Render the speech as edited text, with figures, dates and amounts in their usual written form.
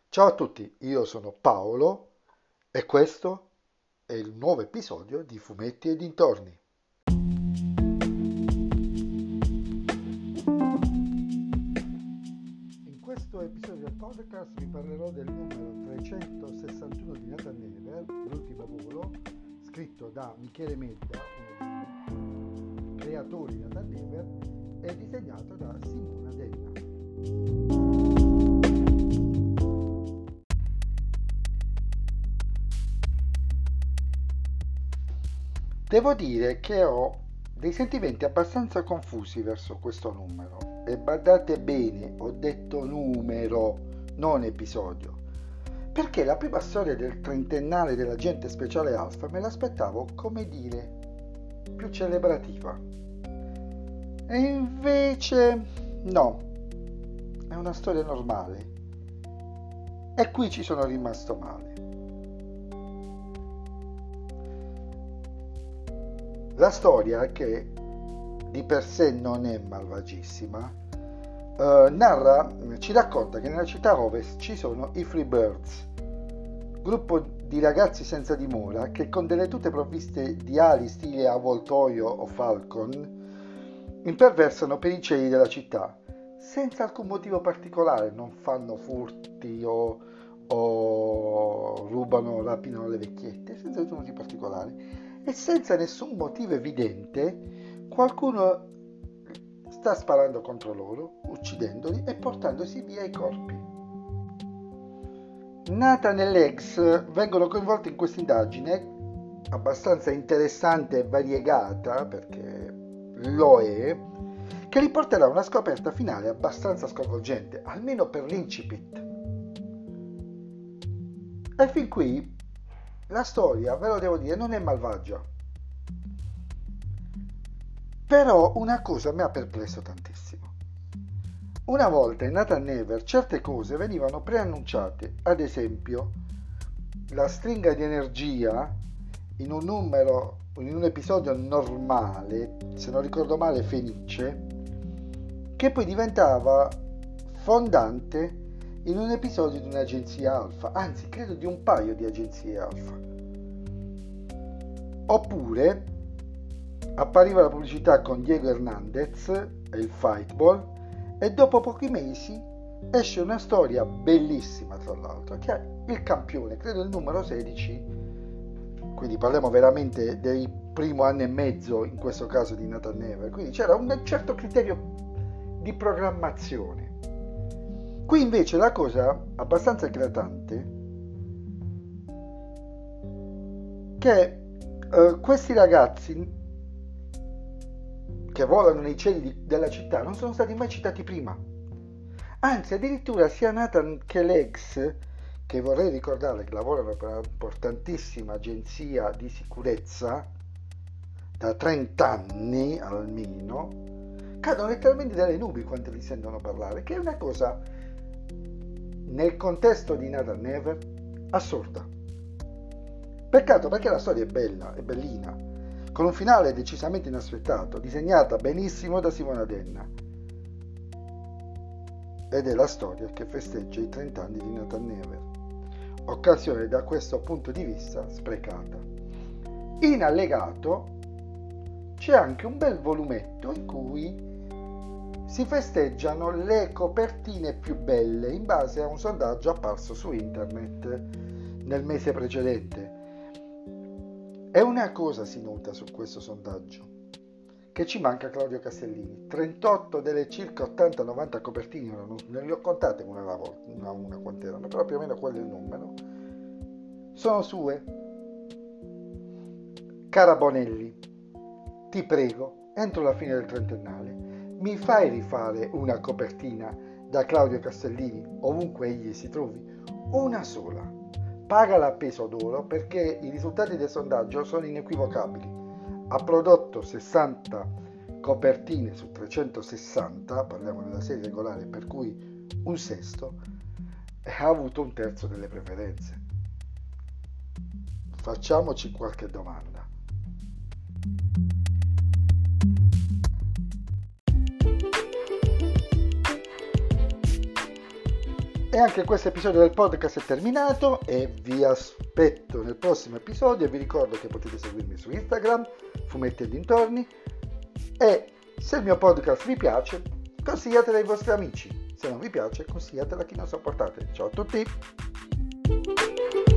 Ciao a tutti, io sono Paolo e questo è il nuovo episodio di Fumetti e dintorni. In questo episodio del podcast vi parlerò del numero 361 di Nathan Never, L'ultimo volo, scritto da Michele Medda, uno dei creatori di Nathan Never, e disegnato da Simona Denna. Devo dire che ho dei sentimenti abbastanza confusi verso questo numero e badate bene, ho detto numero, non episodio, perché la prima storia del trentennale dell'agente speciale Alpha me l'aspettavo, come dire, più celebrativa. E invece no, è una storia normale e qui ci sono rimasto male. La storia, che di per sé non è malvagissima, ci racconta che nella città ovest ci sono i Freebirds, gruppo di ragazzi senza dimora che con delle tute provviste di ali stile avvoltoio o falcon imperversano per i cieli della città senza alcun motivo particolare, non fanno furti o rubano, rapinano le vecchiette, senza nessun motivo particolare e senza nessun motivo evidente qualcuno sta sparando contro loro, uccidendoli e portandosi via i corpi. Nathan e Lex vengono coinvolti in questa indagine abbastanza interessante e variegata, perché lo è, che riporterà a una scoperta finale abbastanza sconvolgente, almeno per l'incipit. E fin qui la storia, ve lo devo dire, non è malvagia. Però una cosa mi ha perplesso tantissimo. Una volta in Nathan Never certe cose venivano preannunciate, ad esempio la stringa di energia in un episodio normale, se non ricordo male Fenice, che poi diventava fondante in un episodio di un'agenzia alfa, anzi credo di un paio di agenzie alfa. Oppure appariva la pubblicità con Diego Hernandez e il Fightball e dopo pochi mesi esce una storia bellissima, tra l'altro, che è il campione, credo il numero 16, quindi parliamo veramente del primo anno e mezzo in questo caso di Nathan Never, quindi c'era un certo criterio di programmazione. Qui invece la cosa abbastanza eclatante che questi ragazzi che volano nei cieli della città non sono stati mai citati prima. Anzi, addirittura sia Nathan che Lex, che vorrei ricordare che lavorano per una importantissima agenzia di sicurezza da 30 anni almeno, cadono letteralmente dalle nubi quando li sentono parlare, che è una cosa, nel contesto di Nathan Never, assurda. Peccato, perché la storia è bella, è bellina, con un finale decisamente inaspettato, disegnata benissimo da Simona Denna. Ed è la storia che festeggia i 30 anni di Nathan Never, occasione da questo punto di vista sprecata. In allegato c'è anche un bel volumetto in cui si festeggiano le copertine più belle in base a un sondaggio apparso su internet nel mese precedente. E una cosa si nota su questo sondaggio, che ci manca Claudio Castellini. 38 delle circa 80-90 copertine, non le ho contate una alla volta, una quante erano, però più o meno quello è il numero, sono sue. Cara Bonelli, ti prego, entro la fine del trentennale, mi fai rifare una copertina da Claudio Castellini, ovunque egli si trovi, una sola. Pagala a peso d'oro, perché i risultati del sondaggio sono inequivocabili. Ha prodotto 60 copertine su 360, parliamo della serie regolare, per cui un sesto, e ha avuto un terzo delle preferenze. Facciamoci qualche domanda. E anche questo episodio del podcast è terminato e vi aspetto nel prossimo episodio. Vi ricordo che potete seguirmi su Instagram, Fumetti e Dintorni, e se il mio podcast vi piace, consigliatelo ai vostri amici. Se non vi piace, consigliatelo a chi non sopportate. Ciao a tutti!